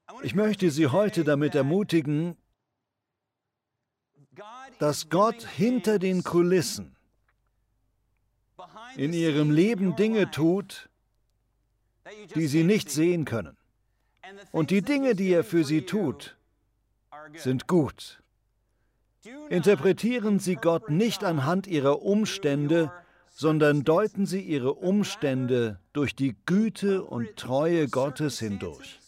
Ich möchte Sie heute damit ermutigen, dass Gott hinter den Kulissen in Ihrem Leben Dinge tut, die Sie nicht sehen können. Und die Dinge, die er für Sie tut, sind gut. Interpretieren Sie Gott nicht anhand Ihrer Umstände, sondern deuten Sie Ihre Umstände durch die Güte und Treue Gottes hindurch.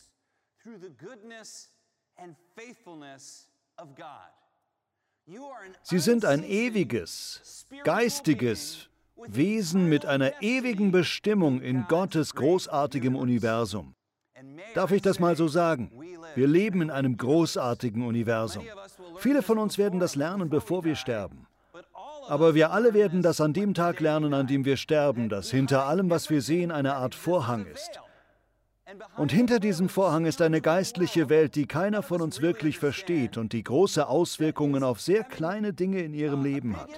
Sie sind ein ewiges, geistiges Wesen mit einer ewigen Bestimmung in Gottes großartigem Universum. Darf ich das mal so sagen? Wir leben in einem großartigen Universum. Viele von uns werden das lernen, bevor wir sterben. Aber wir alle werden das an dem Tag lernen, an dem wir sterben, dass hinter allem, was wir sehen, eine Art Vorhang ist. Und hinter diesem Vorhang ist eine geistliche Welt, die keiner von uns wirklich versteht und die große Auswirkungen auf sehr kleine Dinge in ihrem Leben hat.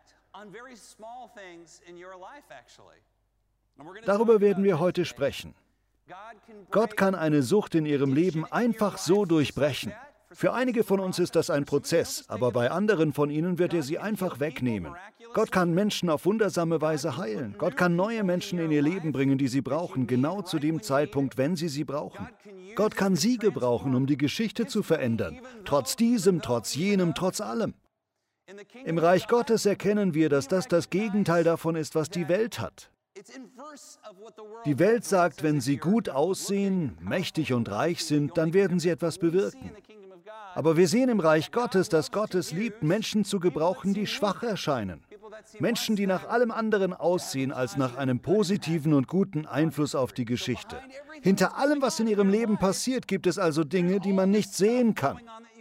Darüber werden wir heute sprechen. Gott kann eine Sucht in ihrem Leben einfach so durchbrechen. Für einige von uns ist das ein Prozess, aber bei anderen von ihnen wird er sie einfach wegnehmen. Gott kann Menschen auf wundersame Weise heilen. Gott kann neue Menschen in ihr Leben bringen, die sie brauchen, genau zu dem Zeitpunkt, wenn sie sie brauchen. Gott kann sie gebrauchen, um die Geschichte zu verändern. Trotz diesem, trotz jenem, trotz allem. Im Reich Gottes erkennen wir, dass das das Gegenteil davon ist, was die Welt hat. Die Welt sagt, wenn sie gut aussehen, mächtig und reich sind, dann werden sie etwas bewirken. Aber wir sehen im Reich Gottes, dass Gott es liebt, Menschen zu gebrauchen, die schwach erscheinen. Menschen, die nach allem anderen aussehen als nach einem positiven und guten Einfluss auf die Geschichte. Hinter allem, was in ihrem Leben passiert, gibt es also Dinge, die man nicht sehen kann.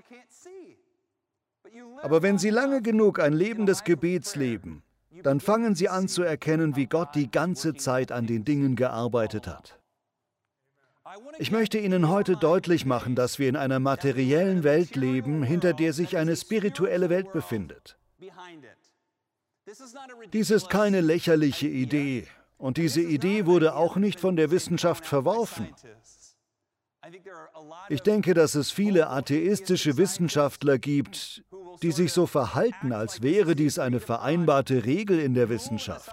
Aber wenn Sie lange genug ein Leben des Gebets leben, dann fangen Sie an zu erkennen, wie Gott die ganze Zeit an den Dingen gearbeitet hat. Ich möchte Ihnen heute deutlich machen, dass wir in einer materiellen Welt leben, hinter der sich eine spirituelle Welt befindet. Dies ist keine lächerliche Idee, und diese Idee wurde auch nicht von der Wissenschaft verworfen. Ich denke, dass es viele atheistische Wissenschaftler gibt, die sich so verhalten, als wäre dies eine vereinbarte Regel in der Wissenschaft.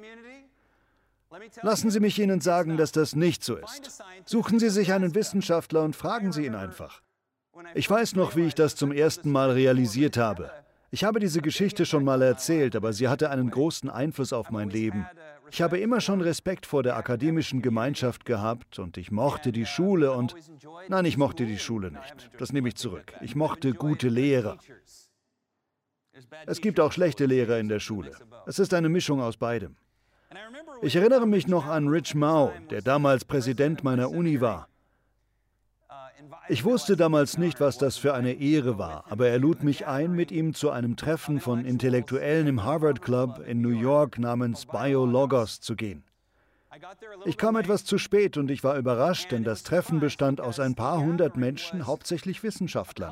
Lassen Sie mich Ihnen sagen, dass das nicht so ist. Suchen Sie sich einen Wissenschaftler und fragen Sie ihn einfach. Ich weiß noch, wie ich das zum ersten Mal realisiert habe. Ich habe diese Geschichte schon mal erzählt, aber sie hatte einen großen Einfluss auf mein Leben. Ich habe immer schon Respekt vor der akademischen Gemeinschaft gehabt und ich mochte die Schule und... Nein, ich mochte die Schule nicht. Das nehme ich zurück. Ich mochte gute Lehrer. Es gibt auch schlechte Lehrer in der Schule. Es ist eine Mischung aus beidem. Ich erinnere mich noch an Rich Mao, der damals Präsident meiner Uni war. Ich wusste damals nicht, was das für eine Ehre war, aber er lud mich ein, mit ihm zu einem Treffen von Intellektuellen im Harvard Club in New York namens BioLogos zu gehen. Ich kam etwas zu spät und ich war überrascht, denn das Treffen bestand aus ein paar hundert Menschen, hauptsächlich Wissenschaftlern.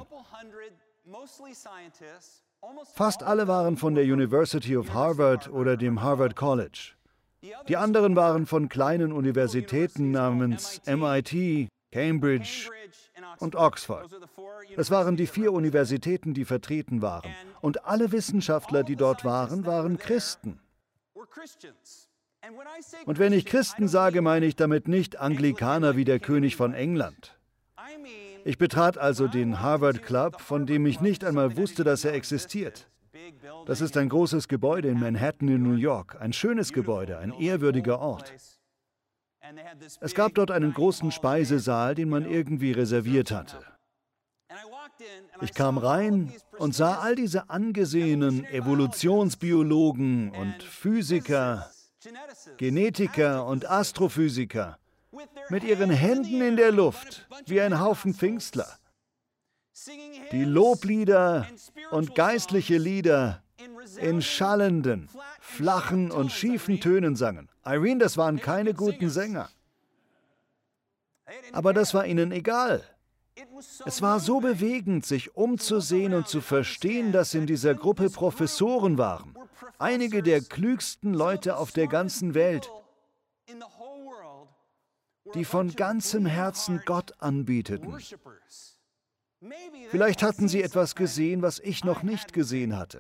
Fast alle waren von der University of Harvard oder dem Harvard College. Die anderen waren von kleinen Universitäten namens MIT, Cambridge und Oxford. Das waren die 4 Universitäten, die vertreten waren. Und alle Wissenschaftler, die dort waren, waren Christen. Und wenn ich Christen sage, meine ich damit nicht Anglikaner wie der König von England. Ich betrat also den Harvard Club, von dem ich nicht einmal wusste, dass er existiert. Das ist ein großes Gebäude in Manhattan in New York, ein schönes Gebäude, ein ehrwürdiger Ort. Es gab dort einen großen Speisesaal, den man irgendwie reserviert hatte. Ich kam rein und sah all diese angesehenen Evolutionsbiologen und Physiker, Genetiker und Astrophysiker mit ihren Händen in der Luft, wie ein Haufen Pfingstler, die Loblieder und geistliche Lieder in schallenden, flachen und schiefen Tönen sangen. Irene, das waren keine guten Sänger. Aber das war ihnen egal. Es war so bewegend, sich umzusehen und zu verstehen, dass in dieser Gruppe Professoren waren. Einige der klügsten Leute auf der ganzen Welt. die von ganzem Herzen Gott anbeteten. Vielleicht hatten sie etwas gesehen, was ich noch nicht gesehen hatte.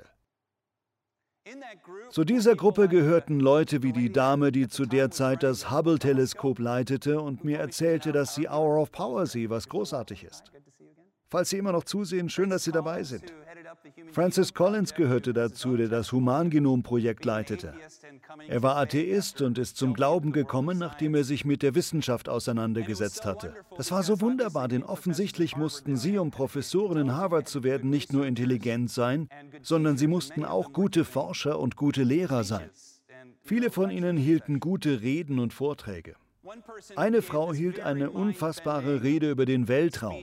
Zu dieser Gruppe gehörten Leute wie die Dame, die zu der Zeit das Hubble-Teleskop leitete und mir erzählte, dass sie Hour of Power sieht, was großartig ist. Falls Sie immer noch zusehen, schön, dass Sie dabei sind. Francis Collins gehörte dazu, der das Humangenom-Projekt leitete. Er war Atheist und ist zum Glauben gekommen, nachdem er sich mit der Wissenschaft auseinandergesetzt hatte. Das war so wunderbar, denn offensichtlich mussten sie, um Professoren in Harvard zu werden, nicht nur intelligent sein, sondern sie mussten auch gute Forscher und gute Lehrer sein. Viele von ihnen hielten gute Reden und Vorträge. Eine Frau hielt eine unfassbare Rede über den Weltraum.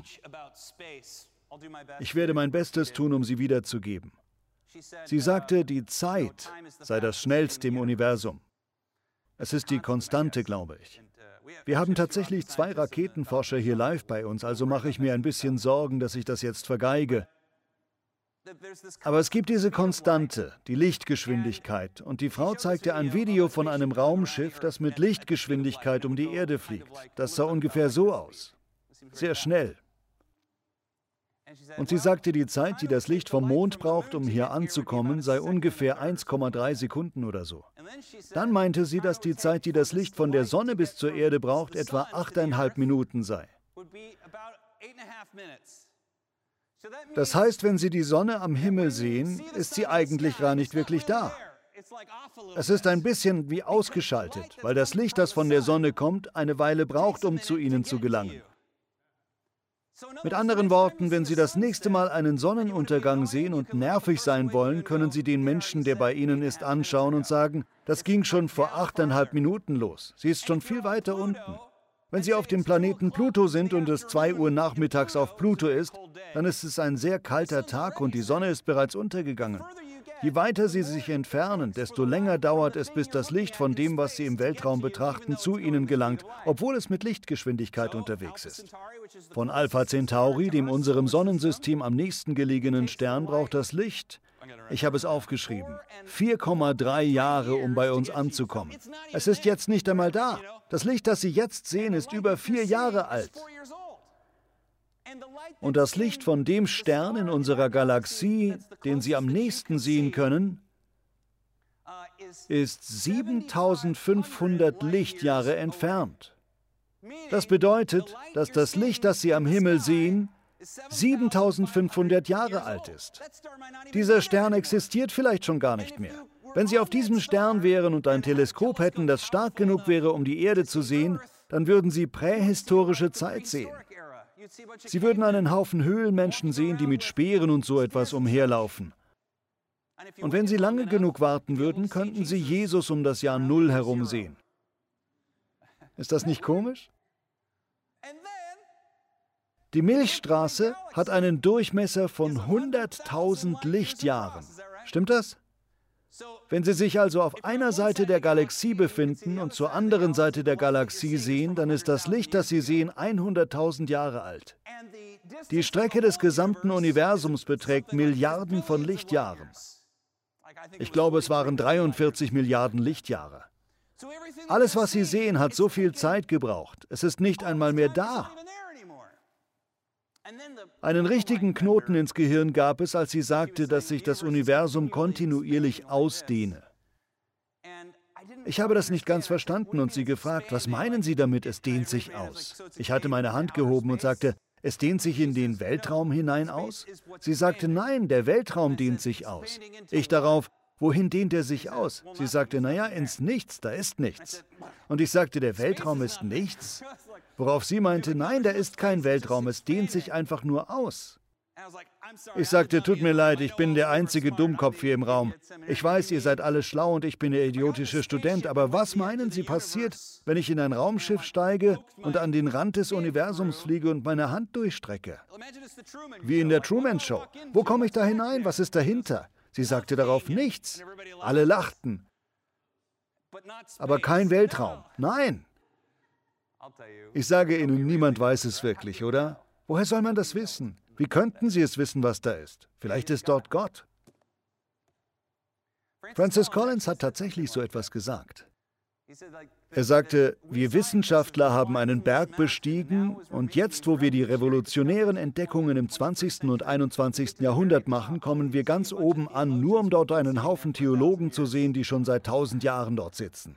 Ich werde mein Bestes tun, um sie wiederzugeben. Sie sagte, die Zeit sei das Schnellste im Universum. Es ist die Konstante, glaube ich. Wir haben tatsächlich 2 Raketenforscher hier live bei uns, also mache ich mir ein bisschen Sorgen, dass ich das jetzt vergeige. Aber es gibt diese Konstante, die Lichtgeschwindigkeit, und die Frau zeigte ein Video von einem Raumschiff, das mit Lichtgeschwindigkeit um die Erde fliegt. Das sah ungefähr so aus. Sehr schnell. Und sie sagte, die Zeit, die das Licht vom Mond braucht, um hier anzukommen, sei ungefähr 1,3 Sekunden oder so. Dann meinte sie, dass die Zeit, die das Licht von der Sonne bis zur Erde braucht, etwa 8,5 Minuten sei. Das heißt, wenn Sie die Sonne am Himmel sehen, ist sie eigentlich gar nicht wirklich da. Es ist ein bisschen wie ausgeschaltet, weil das Licht, das von der Sonne kommt, eine Weile braucht, um zu Ihnen zu gelangen. Mit anderen Worten, wenn Sie das nächste Mal einen Sonnenuntergang sehen und nervig sein wollen, können Sie den Menschen, der bei Ihnen ist, anschauen und sagen, das ging schon vor 8,5 Minuten los. Sie ist schon viel weiter unten. Wenn Sie auf dem Planeten Pluto sind und es 2 Uhr nachmittags auf Pluto ist, dann ist es ein sehr kalter Tag und die Sonne ist bereits untergegangen. Je weiter Sie sich entfernen, desto länger dauert es, bis das Licht von dem, was Sie im Weltraum betrachten, zu Ihnen gelangt, obwohl es mit Lichtgeschwindigkeit unterwegs ist. Von Alpha Centauri, dem unserem Sonnensystem am nächsten gelegenen Stern, braucht das Licht, ich habe es aufgeschrieben, 4,3 Jahre, um bei uns anzukommen. Es ist jetzt nicht einmal da. Das Licht, das Sie jetzt sehen, ist über 4 Jahre alt. Und das Licht von dem Stern in unserer Galaxie, den Sie am nächsten sehen können, ist 7500 Lichtjahre entfernt. Das bedeutet, dass das Licht, das Sie am Himmel sehen, 7500 Jahre alt ist. Dieser Stern existiert vielleicht schon gar nicht mehr. Wenn Sie auf diesem Stern wären und ein Teleskop hätten, das stark genug wäre, um die Erde zu sehen, dann würden Sie prähistorische Zeit sehen. Sie würden einen Haufen Höhlenmenschen sehen, die mit Speeren und so etwas umherlaufen. Und wenn Sie lange genug warten würden, könnten Sie Jesus um das Jahr 0 herum sehen. Ist das nicht komisch? Die Milchstraße hat einen Durchmesser von 100.000 Lichtjahren. Stimmt das? Wenn Sie sich also auf einer Seite der Galaxie befinden und zur anderen Seite der Galaxie sehen, dann ist das Licht, das Sie sehen, 100.000 Jahre alt. Die Strecke des gesamten Universums beträgt Milliarden von Lichtjahren. Ich glaube, es waren 43 Milliarden Lichtjahre. Alles, was Sie sehen, hat so viel Zeit gebraucht. Es ist nicht einmal mehr da. Einen richtigen Knoten ins Gehirn gab es, als sie sagte, dass sich das Universum kontinuierlich ausdehne. Ich habe das nicht ganz verstanden und sie gefragt, was meinen Sie damit, es dehnt sich aus? Ich hatte meine Hand gehoben und sagte, es dehnt sich in den Weltraum hinein aus? Sie sagte, nein, der Weltraum dehnt sich aus. Ich darauf, wohin dehnt er sich aus? Sie sagte, naja, ins Nichts, da ist nichts. Und ich sagte, der Weltraum ist nichts? Worauf sie meinte, nein, da ist kein Weltraum, es dehnt sich einfach nur aus. Ich sagte, tut mir leid, ich bin der einzige Dummkopf hier im Raum. Ich weiß, ihr seid alle schlau und ich bin der idiotische Student, aber was meinen Sie passiert, wenn ich in ein Raumschiff steige und an den Rand des Universums fliege und meine Hand durchstrecke? Wie in der Truman Show. Wo komme ich da hinein? Was ist dahinter? Sie sagte darauf nichts. Alle lachten. Aber kein Weltraum. Nein. Ich sage Ihnen, niemand weiß es wirklich, oder? Woher soll man das wissen? Wie könnten Sie es wissen, was da ist? Vielleicht ist dort Gott. Francis Collins hat tatsächlich so etwas gesagt. Er sagte, wir Wissenschaftler haben einen Berg bestiegen und jetzt, wo wir die revolutionären Entdeckungen im 20. und 21. Jahrhundert machen, kommen wir ganz oben an, nur um dort einen Haufen Theologen zu sehen, die schon seit 1000 Jahren dort sitzen.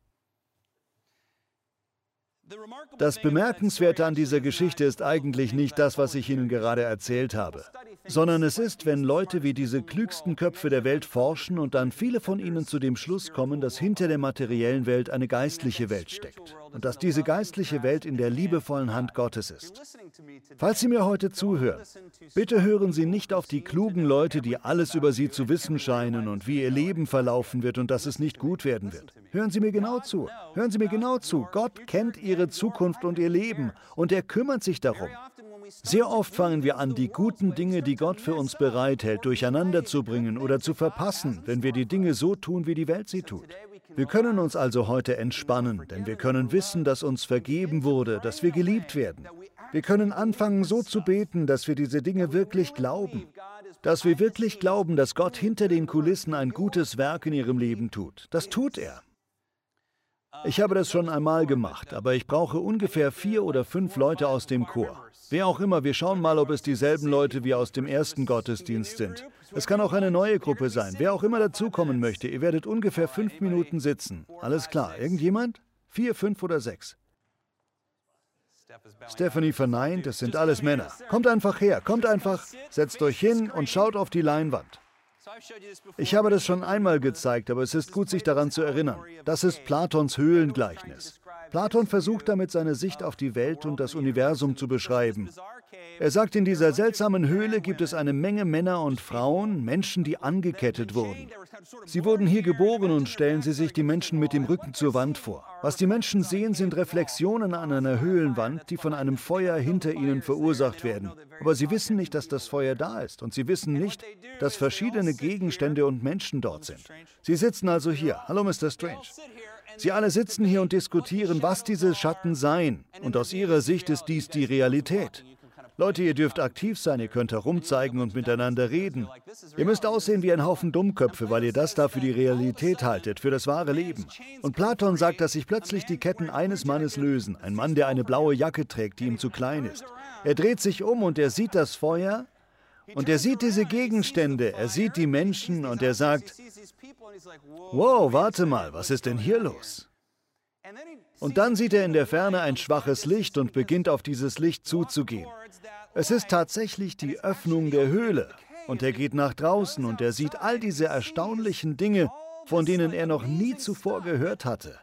Das Bemerkenswerte an dieser Geschichte ist eigentlich nicht das, was ich Ihnen gerade erzählt habe, sondern es ist, wenn Leute wie diese klügsten Köpfe der Welt forschen und dann viele von ihnen zu dem Schluss kommen, dass hinter der materiellen Welt eine geistliche Welt steckt und dass diese geistliche Welt in der liebevollen Hand Gottes ist. Falls Sie mir heute zuhören, bitte hören Sie nicht auf die klugen Leute, die alles über Sie zu wissen scheinen und wie Ihr Leben verlaufen wird und dass es nicht gut werden wird. Hören Sie mir genau zu. Hören Sie mir genau zu. Gott kennt Ihre Zukunft und Ihr Leben und er kümmert sich darum. Sehr oft fangen wir an, die guten Dinge, die Gott für uns bereithält, durcheinander zu bringen oder zu verpassen, wenn wir die Dinge so tun, wie die Welt sie tut. Wir können uns also heute entspannen, denn wir können wissen, dass uns vergeben wurde, dass wir geliebt werden. Wir können anfangen, so zu beten, dass wir diese Dinge wirklich glauben. Dass wir wirklich glauben, dass Gott hinter den Kulissen ein gutes Werk in ihrem Leben tut. Das tut er. Ich habe das schon einmal gemacht, aber ich brauche ungefähr 4 oder 5 Leute aus dem Chor. Wer auch immer, wir schauen mal, ob es dieselben Leute wie aus dem ersten Gottesdienst sind. Es kann auch eine neue Gruppe sein. Wer auch immer dazukommen möchte, ihr werdet ungefähr 5 Minuten sitzen. Alles klar. Irgendjemand? 4, 5 oder 6? Stephanie verneint, es sind alles Männer. Kommt einfach her, kommt einfach, setzt euch hin und schaut auf die Leinwand. Ich habe das schon einmal gezeigt, aber es ist gut, sich daran zu erinnern. Das ist Platons Höhlengleichnis. Platon versucht damit, seine Sicht auf die Welt und das Universum zu beschreiben. Er sagt, in dieser seltsamen Höhle gibt es eine Menge Männer und Frauen, Menschen, die angekettet wurden. Sie wurden hier geboren und stellen Sie sich die Menschen mit dem Rücken zur Wand vor. Was die Menschen sehen, sind Reflexionen an einer Höhlenwand, die von einem Feuer hinter ihnen verursacht werden. Aber sie wissen nicht, dass das Feuer da ist und sie wissen nicht, dass verschiedene Gegenstände und Menschen dort sind. Sie sitzen also hier. Hallo, Mr. Strange. Sie alle sitzen hier und diskutieren, was diese Schatten seien. Und aus ihrer Sicht ist dies die Realität. Leute, ihr dürft aktiv sein, ihr könnt herumzeigen und miteinander reden. Ihr müsst aussehen wie ein Haufen Dummköpfe, weil ihr das da für die Realität haltet, für das wahre Leben. Und Platon sagt, dass sich plötzlich die Ketten eines Mannes lösen. Ein Mann, der eine blaue Jacke trägt, die ihm zu klein ist. Er dreht sich um und er sieht das Feuer und er sieht diese Gegenstände, er sieht die Menschen und er sagt, wow, warte mal, was ist denn hier los? Und dann sieht er in der Ferne ein schwaches Licht und beginnt auf dieses Licht zuzugehen. Es ist tatsächlich die Öffnung der Höhle. Und er geht nach draußen und er sieht all diese erstaunlichen Dinge, von denen er noch nie zuvor gehört hatte.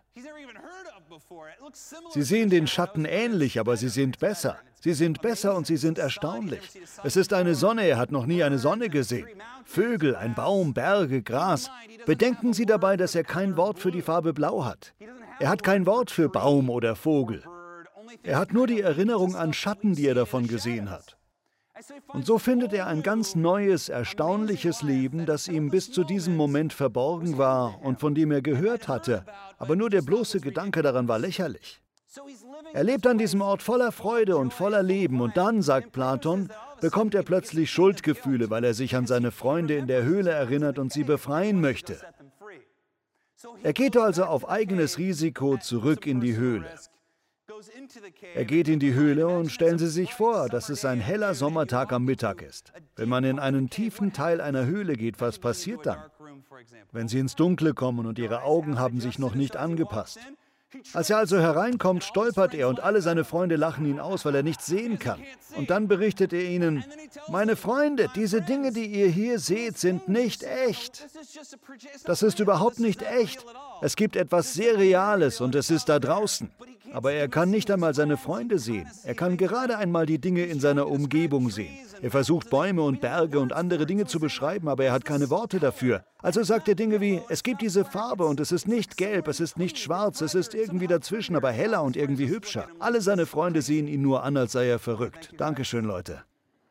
Sie sehen den Schatten ähnlich, aber sie sind besser. Sie sind besser und sie sind erstaunlich. Es ist eine Sonne, er hat noch nie eine Sonne gesehen. Vögel, ein Baum, Berge, Gras. Bedenken Sie dabei, dass er kein Wort für die Farbe Blau hat. Er hat kein Wort für Baum oder Vogel. Er hat nur die Erinnerung an Schatten, die er davon gesehen hat. Und so findet er ein ganz neues, erstaunliches Leben, das ihm bis zu diesem Moment verborgen war und von dem er gehört hatte, aber nur der bloße Gedanke daran war lächerlich. Er lebt an diesem Ort voller Freude und voller Leben und dann, sagt Platon, bekommt er plötzlich Schuldgefühle, weil er sich an seine Freunde in der Höhle erinnert und sie befreien möchte. Er geht also auf eigenes Risiko zurück in die Höhle. Er geht in die Höhle und stellen Sie sich vor, dass es ein heller Sommertag am Mittag ist. Wenn man in einen tiefen Teil einer Höhle geht, was passiert dann? Wenn Sie ins Dunkle kommen und Ihre Augen haben sich noch nicht angepasst. Als er also hereinkommt, stolpert er und alle seine Freunde lachen ihn aus, weil er nichts sehen kann. Und dann berichtet er ihnen, meine Freunde, diese Dinge, die ihr hier seht, sind nicht echt. Das ist überhaupt nicht echt. Es gibt etwas sehr Reales und es ist da draußen. Aber er kann nicht einmal seine Freunde sehen. Er kann gerade einmal die Dinge in seiner Umgebung sehen. Er versucht Bäume und Berge und andere Dinge zu beschreiben, aber er hat keine Worte dafür. Also sagt er Dinge wie, es gibt diese Farbe und es ist nicht gelb, es ist nicht schwarz, es ist irgendwie dazwischen, aber heller und irgendwie hübscher. Alle seine Freunde sehen ihn nur an, als sei er verrückt. Dankeschön, Leute.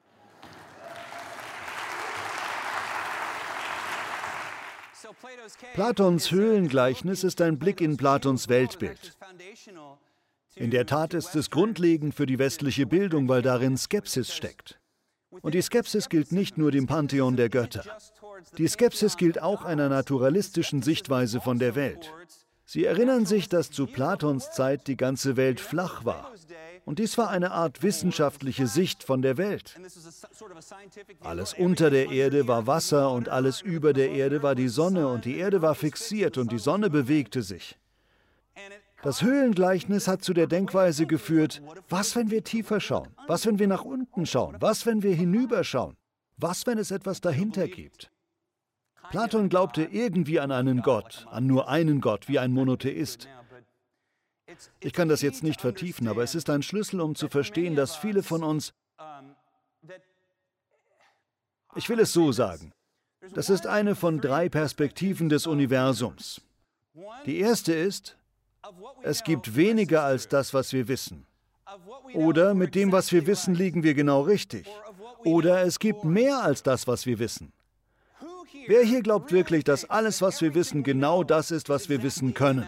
Platons Höhlengleichnis ist ein Blick in Platons Weltbild. In der Tat ist es grundlegend für die westliche Bildung, weil darin Skepsis steckt. Und die Skepsis gilt nicht nur dem Pantheon der Götter. Die Skepsis gilt auch einer naturalistischen Sichtweise von der Welt. Sie erinnern sich, dass zu Platons Zeit die ganze Welt flach war. Und dies war eine Art wissenschaftliche Sicht von der Welt. Alles unter der Erde war Wasser und alles über der Erde war die Sonne und die Erde war fixiert und die Sonne bewegte sich. Das Höhlengleichnis hat zu der Denkweise geführt, was, wenn wir tiefer schauen? Was, wenn wir nach unten schauen? Was, wenn wir hinüberschauen? Was, wenn es etwas dahinter gibt? Platon glaubte irgendwie an einen Gott, an nur einen Gott, wie ein Monotheist. Ich kann das jetzt nicht vertiefen, aber es ist ein Schlüssel, um zu verstehen, dass viele von uns, ich will es so sagen, das ist eine von 3 Perspektiven des Universums. Die erste ist, es gibt weniger als das, was wir wissen. Oder mit dem, was wir wissen, liegen wir genau richtig. Oder es gibt mehr als das, was wir wissen. Wer hier glaubt wirklich, dass alles, was wir wissen, genau das ist, was wir wissen können?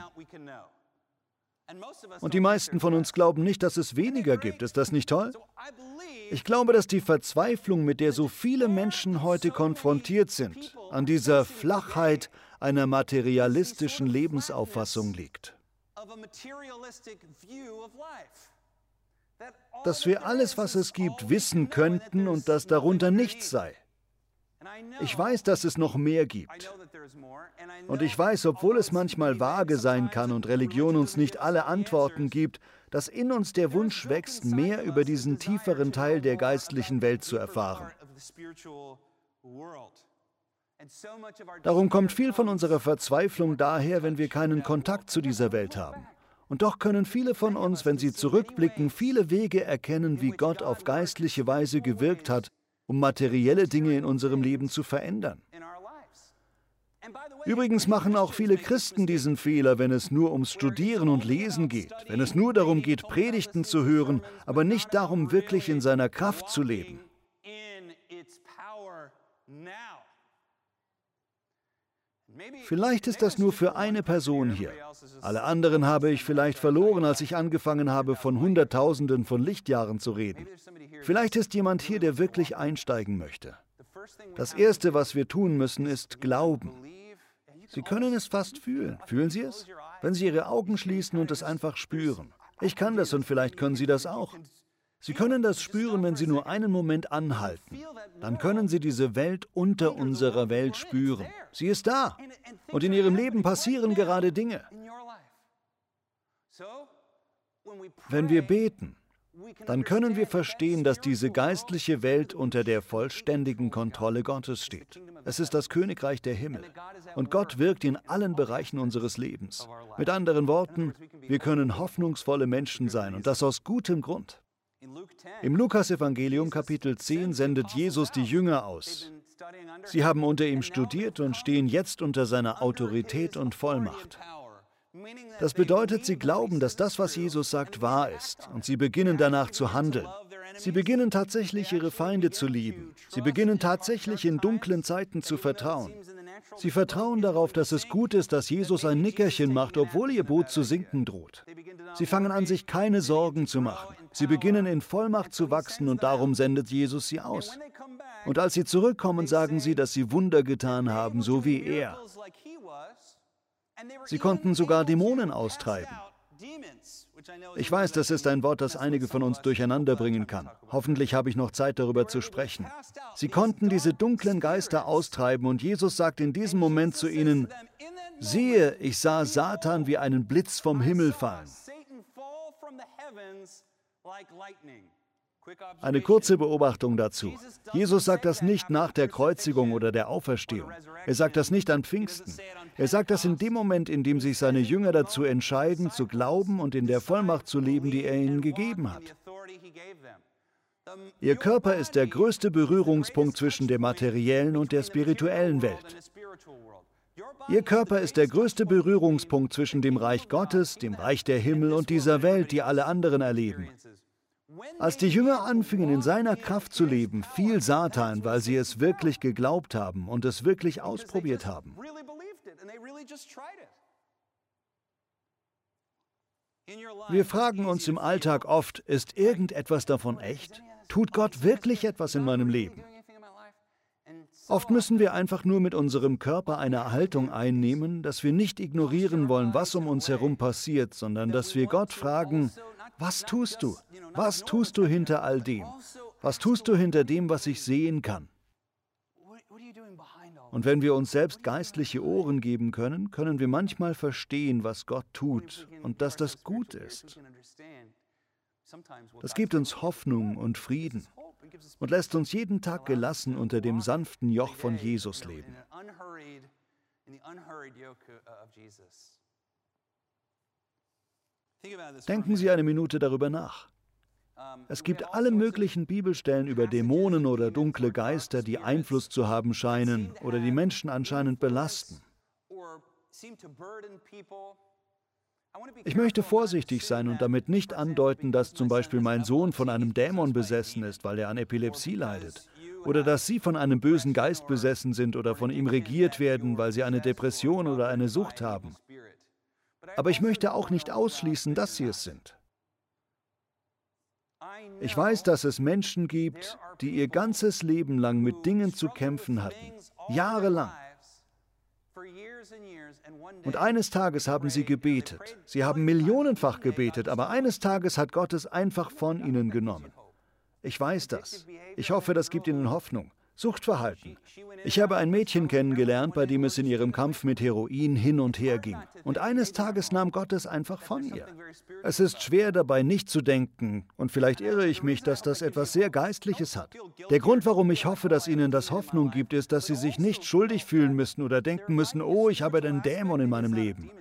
Und die meisten von uns glauben nicht, dass es weniger gibt. Ist das nicht toll? Ich glaube, dass die Verzweiflung, mit der so viele Menschen heute konfrontiert sind, an dieser Flachheit einer materialistischen Lebensauffassung liegt. Dass wir alles, was es gibt, wissen könnten und dass darunter nichts sei. Ich weiß, dass es noch mehr gibt. Und ich weiß, obwohl es manchmal vage sein kann und Religion uns nicht alle Antworten gibt, dass in uns der Wunsch wächst, mehr über diesen tieferen Teil der geistlichen Welt zu erfahren. Darum kommt viel von unserer Verzweiflung daher, wenn wir keinen Kontakt zu dieser Welt haben. Und doch können viele von uns, wenn sie zurückblicken, viele Wege erkennen, wie Gott auf geistliche Weise gewirkt hat, um materielle Dinge in unserem Leben zu verändern. Übrigens machen auch viele Christen diesen Fehler, wenn es nur ums Studieren und Lesen geht, wenn es nur darum geht, Predigten zu hören, aber nicht darum, wirklich in seiner Kraft zu leben. Vielleicht ist das nur für eine Person hier. Alle anderen habe ich vielleicht verloren, als ich angefangen habe, von Hunderttausenden von Lichtjahren zu reden. Vielleicht ist jemand hier, der wirklich einsteigen möchte. Das Erste, was wir tun müssen, ist Glauben. Sie können es fast fühlen. Fühlen Sie es? Wenn Sie Ihre Augen schließen und es einfach spüren. Ich kann das und vielleicht können Sie das auch. Sie können das spüren, wenn Sie nur einen Moment anhalten. Dann können Sie diese Welt unter unserer Welt spüren. Sie ist da. Und in Ihrem Leben passieren gerade Dinge. Wenn wir beten, dann können wir verstehen, dass diese geistliche Welt unter der vollständigen Kontrolle Gottes steht. Es ist das Königreich der Himmel. Und Gott wirkt in allen Bereichen unseres Lebens. Mit anderen Worten, wir können hoffnungsvolle Menschen sein und das aus gutem Grund. Im Lukasevangelium Kapitel 10 sendet Jesus die Jünger aus. Sie haben unter ihm studiert und stehen jetzt unter seiner Autorität und Vollmacht. Das bedeutet, sie glauben, dass das, was Jesus sagt, wahr ist, und sie beginnen danach zu handeln. Sie beginnen tatsächlich, ihre Feinde zu lieben. Sie beginnen tatsächlich, in dunklen Zeiten zu vertrauen. Sie vertrauen darauf, dass es gut ist, dass Jesus ein Nickerchen macht, obwohl ihr Boot zu sinken droht. Sie fangen an, sich keine Sorgen zu machen. Sie beginnen in Vollmacht zu wachsen und darum sendet Jesus sie aus. Und als sie zurückkommen, sagen sie, dass sie Wunder getan haben, so wie er. Sie konnten sogar Dämonen austreiben. Ich weiß, das ist ein Wort, das einige von uns durcheinander bringen kann. Hoffentlich habe ich noch Zeit, darüber zu sprechen. Sie konnten diese dunklen Geister austreiben und Jesus sagt in diesem Moment zu ihnen, siehe, ich sah Satan wie einen Blitz vom Himmel fallen. Eine kurze Beobachtung dazu. Jesus sagt das nicht nach der Kreuzigung oder der Auferstehung. Er sagt das nicht an Pfingsten. Er sagt das in dem Moment, in dem sich seine Jünger dazu entscheiden, zu glauben und in der Vollmacht zu leben, die er ihnen gegeben hat. Ihr Körper ist der größte Berührungspunkt zwischen der materiellen und der spirituellen Welt. Ihr Körper ist der größte Berührungspunkt zwischen dem Reich Gottes, dem Reich der Himmel und dieser Welt, die alle anderen erleben. Als die Jünger anfingen, in seiner Kraft zu leben, fiel Satan, weil sie es wirklich geglaubt haben und es wirklich ausprobiert haben. Wir fragen uns im Alltag oft, ist irgendetwas davon echt? Tut Gott wirklich etwas in meinem Leben? Oft müssen wir einfach nur mit unserem Körper eine Haltung einnehmen, dass wir nicht ignorieren wollen, was um uns herum passiert, sondern dass wir Gott fragen, was tust du? Was tust du hinter all dem? Was tust du hinter dem, was ich sehen kann? Und wenn wir uns selbst geistliche Ohren geben können, können wir manchmal verstehen, was Gott tut und dass das gut ist. Das gibt uns Hoffnung und Frieden und lässt uns jeden Tag gelassen unter dem sanften Joch von Jesus leben. Denken Sie eine Minute darüber nach. Es gibt alle möglichen Bibelstellen über Dämonen oder dunkle Geister, die Einfluss zu haben scheinen oder die Menschen anscheinend belasten. Ich möchte vorsichtig sein und damit nicht andeuten, dass zum Beispiel mein Sohn von einem Dämon besessen ist, weil er an Epilepsie leidet. Oder dass Sie von einem bösen Geist besessen sind oder von ihm regiert werden, weil Sie eine Depression oder eine Sucht haben. Aber ich möchte auch nicht ausschließen, dass Sie es sind. Ich weiß, dass es Menschen gibt, die ihr ganzes Leben lang mit Dingen zu kämpfen hatten, jahrelang. Und eines Tages haben sie gebetet. Sie haben millionenfach gebetet, aber eines Tages hat Gott es einfach von ihnen genommen. Ich weiß das. Ich hoffe, das gibt ihnen Hoffnung. Suchtverhalten. Ich habe ein Mädchen kennengelernt, bei dem es in ihrem Kampf mit Heroin hin und her ging. Und eines Tages nahm Gott es einfach von ihr. Es ist schwer dabei nicht zu denken, und vielleicht irre ich mich, dass das etwas sehr Geistliches hat. Der Grund, warum ich hoffe, dass Ihnen das Hoffnung gibt, ist, dass Sie sich nicht schuldig fühlen müssen oder denken müssen, oh, ich habe einen Dämon in meinem Leben.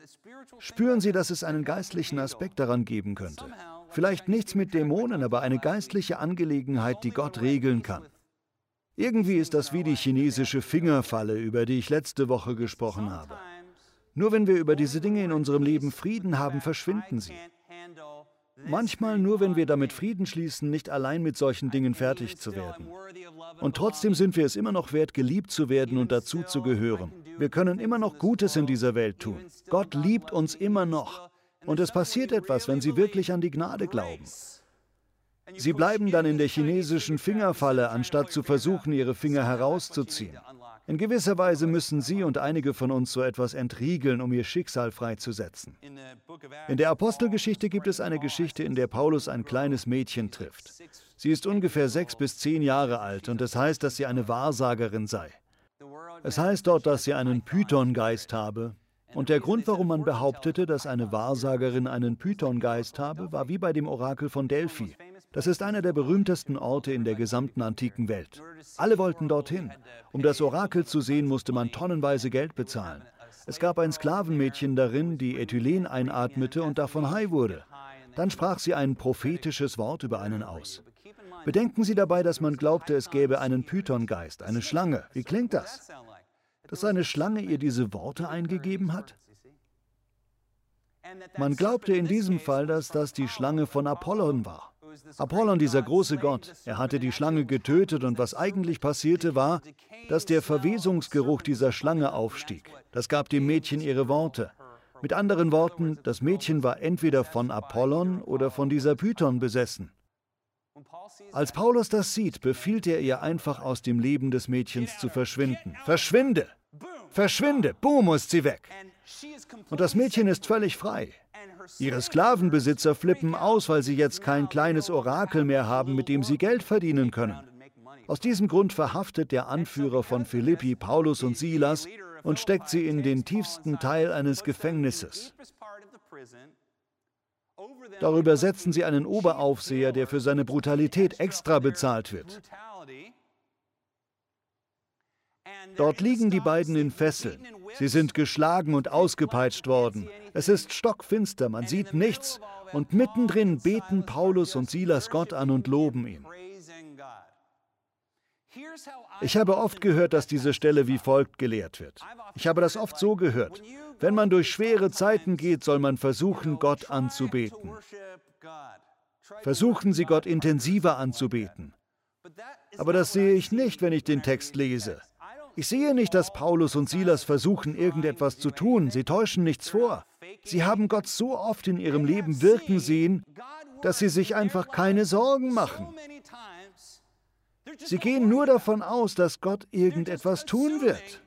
Spüren Sie, dass es einen geistlichen Aspekt daran geben könnte. Vielleicht nichts mit Dämonen, aber eine geistliche Angelegenheit, die Gott regeln kann. Irgendwie ist das wie die chinesische Fingerfalle, über die ich letzte Woche gesprochen habe. Nur wenn wir über diese Dinge in unserem Leben Frieden haben, verschwinden sie. Manchmal nur, wenn wir damit Frieden schließen, nicht allein mit solchen Dingen fertig zu werden. Und trotzdem sind wir es immer noch wert, geliebt zu werden und dazu zu gehören. Wir können immer noch Gutes in dieser Welt tun. Gott liebt uns immer noch. Und es passiert etwas, wenn Sie wirklich an die Gnade glauben. Sie bleiben dann in der chinesischen Fingerfalle, anstatt zu versuchen, Ihre Finger herauszuziehen. In gewisser Weise müssen Sie und einige von uns so etwas entriegeln, um Ihr Schicksal freizusetzen. In der Apostelgeschichte gibt es eine Geschichte, in der Paulus ein kleines Mädchen trifft. Sie ist ungefähr 6 bis 10 Jahre alt und es heißt, dass sie eine Wahrsagerin sei. Es heißt dort, dass sie einen Pythongeist habe. Und der Grund, warum man behauptete, dass eine Wahrsagerin einen Pythongeist habe, war wie bei dem Orakel von Delphi. Das ist einer der berühmtesten Orte in der gesamten antiken Welt. Alle wollten dorthin. Um das Orakel zu sehen, musste man tonnenweise Geld bezahlen. Es gab ein Sklavenmädchen darin, die Ethylen einatmete und davon high wurde. Dann sprach sie ein prophetisches Wort über einen aus. Bedenken Sie dabei, dass man glaubte, es gäbe einen Pythongeist, eine Schlange. Wie klingt das? Dass eine Schlange ihr diese Worte eingegeben hat? Man glaubte in diesem Fall, dass das die Schlange von Apollon war. Apollon, dieser große Gott, er hatte die Schlange getötet und was eigentlich passierte war, dass der Verwesungsgeruch dieser Schlange aufstieg. Das gab dem Mädchen ihre Worte. Mit anderen Worten, das Mädchen war entweder von Apollon oder von dieser Python besessen. Als Paulus das sieht, befiehlt er ihr einfach aus dem Leben des Mädchens zu verschwinden. Verschwinde! Verschwinde! Boom, ist sie weg! Und das Mädchen ist völlig frei. Ihre Sklavenbesitzer flippen aus, weil sie jetzt kein kleines Orakel mehr haben, mit dem sie Geld verdienen können. Aus diesem Grund verhaftet der Anführer von Philippi Paulus und Silas und steckt sie in den tiefsten Teil eines Gefängnisses. Darüber setzen sie einen Oberaufseher, der für seine Brutalität extra bezahlt wird. Dort liegen die beiden in Fesseln. Sie sind geschlagen und ausgepeitscht worden. Es ist stockfinster, man sieht nichts. Und mittendrin beten Paulus und Silas Gott an und loben ihn. Ich habe oft gehört, dass diese Stelle wie folgt gelehrt wird. Ich habe das oft so gehört. Wenn man durch schwere Zeiten geht, soll man versuchen, Gott anzubeten. Versuchen Sie, Gott intensiver anzubeten. Aber das sehe ich nicht, wenn ich den Text lese. Ich sehe nicht, dass Paulus und Silas versuchen, irgendetwas zu tun. Sie täuschen nichts vor. Sie haben Gott so oft in ihrem Leben wirken sehen, dass sie sich einfach keine Sorgen machen. Sie gehen nur davon aus, dass Gott irgendetwas tun wird.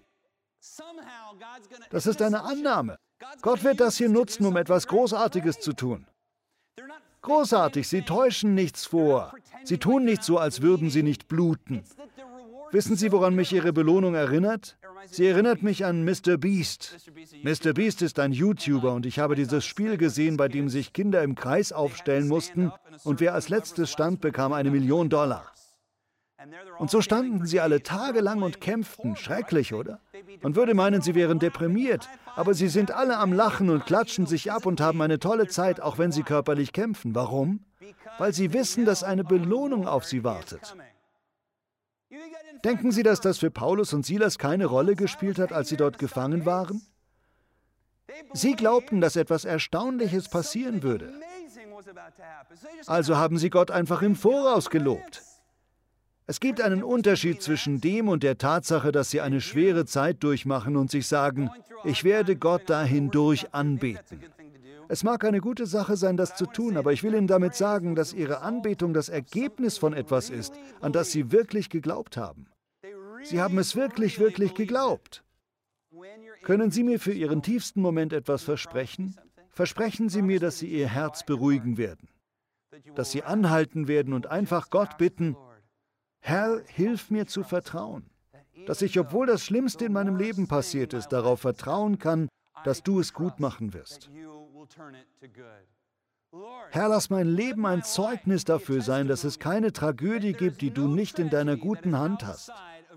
Das ist eine Annahme. Gott wird das hier nutzen, um etwas Großartiges zu tun. Großartig, sie täuschen nichts vor. Sie tun nicht so, als würden sie nicht bluten. Wissen Sie, woran mich Ihre Belohnung erinnert? Sie erinnert mich an Mr. Beast. Mr. Beast ist ein YouTuber und ich habe dieses Spiel gesehen, bei dem sich Kinder im Kreis aufstellen mussten und wer als letztes stand, bekam $1 Million. Und so standen sie alle tagelang und kämpften. Schrecklich, oder? Man würde meinen, sie wären deprimiert, aber sie sind alle am Lachen und klatschen sich ab und haben eine tolle Zeit, auch wenn sie körperlich kämpfen. Warum? Weil sie wissen, dass eine Belohnung auf sie wartet. Denken Sie, dass das für Paulus und Silas keine Rolle gespielt hat, als sie dort gefangen waren? Sie glaubten, dass etwas Erstaunliches passieren würde. Also haben sie Gott einfach im Voraus gelobt. Es gibt einen Unterschied zwischen dem und der Tatsache, dass sie eine schwere Zeit durchmachen und sich sagen, ich werde Gott dahindurch anbeten. Es mag eine gute Sache sein, das zu tun, aber ich will Ihnen damit sagen, dass Ihre Anbetung das Ergebnis von etwas ist, an das Sie wirklich geglaubt haben. Sie haben es wirklich, wirklich geglaubt. Können Sie mir für Ihren tiefsten Moment etwas versprechen? Versprechen Sie mir, dass Sie Ihr Herz beruhigen werden, dass Sie anhalten werden und einfach Gott bitten, Herr, hilf mir zu vertrauen, dass ich, obwohl das Schlimmste in meinem Leben passiert ist, darauf vertrauen kann, dass du es gut machen wirst. Herr, lass mein Leben ein Zeugnis dafür sein, dass es keine Tragödie gibt, die du nicht in deiner guten Hand hast.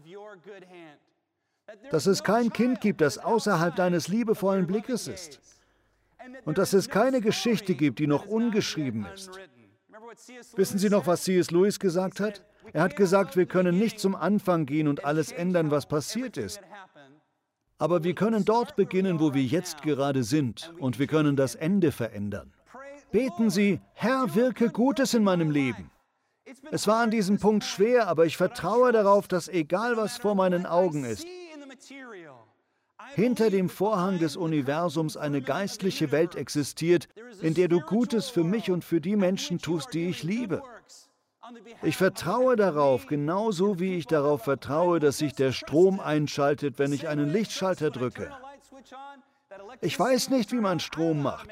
Dass es kein Kind gibt, das außerhalb deines liebevollen Blickes ist. Und dass es keine Geschichte gibt, die noch ungeschrieben ist. Wissen Sie noch, was C.S. Lewis gesagt hat? Er hat gesagt, wir können nicht zum Anfang gehen und alles ändern, was passiert ist. Aber wir können dort beginnen, wo wir jetzt gerade sind, und wir können das Ende verändern. Beten Sie, Herr, wirke Gutes in meinem Leben. Es war an diesem Punkt schwer, aber ich vertraue darauf, dass egal was vor meinen Augen ist, hinter dem Vorhang des Universums eine geistliche Welt existiert, in der du Gutes für mich und für die Menschen tust, die ich liebe. Ich vertraue darauf, genauso wie ich darauf vertraue, dass sich der Strom einschaltet, wenn ich einen Lichtschalter drücke. Ich weiß nicht, wie man Strom macht.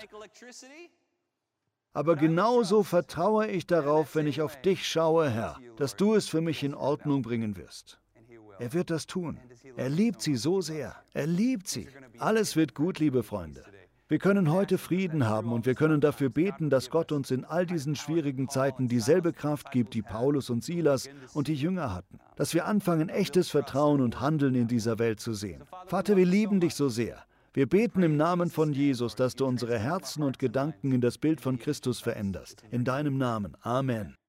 Aber genauso vertraue ich darauf, wenn ich auf dich schaue, Herr, dass du es für mich in Ordnung bringen wirst. Er wird das tun. Er liebt sie so sehr. Er liebt sie. Alles wird gut, liebe Freunde. Wir können heute Frieden haben und wir können dafür beten, dass Gott uns in all diesen schwierigen Zeiten dieselbe Kraft gibt, die Paulus und Silas und die Jünger hatten. Dass wir anfangen, echtes Vertrauen und Handeln in dieser Welt zu sehen. Vater, wir lieben dich so sehr. Wir beten im Namen von Jesus, dass du unsere Herzen und Gedanken in das Bild von Christus veränderst. In deinem Namen. Amen.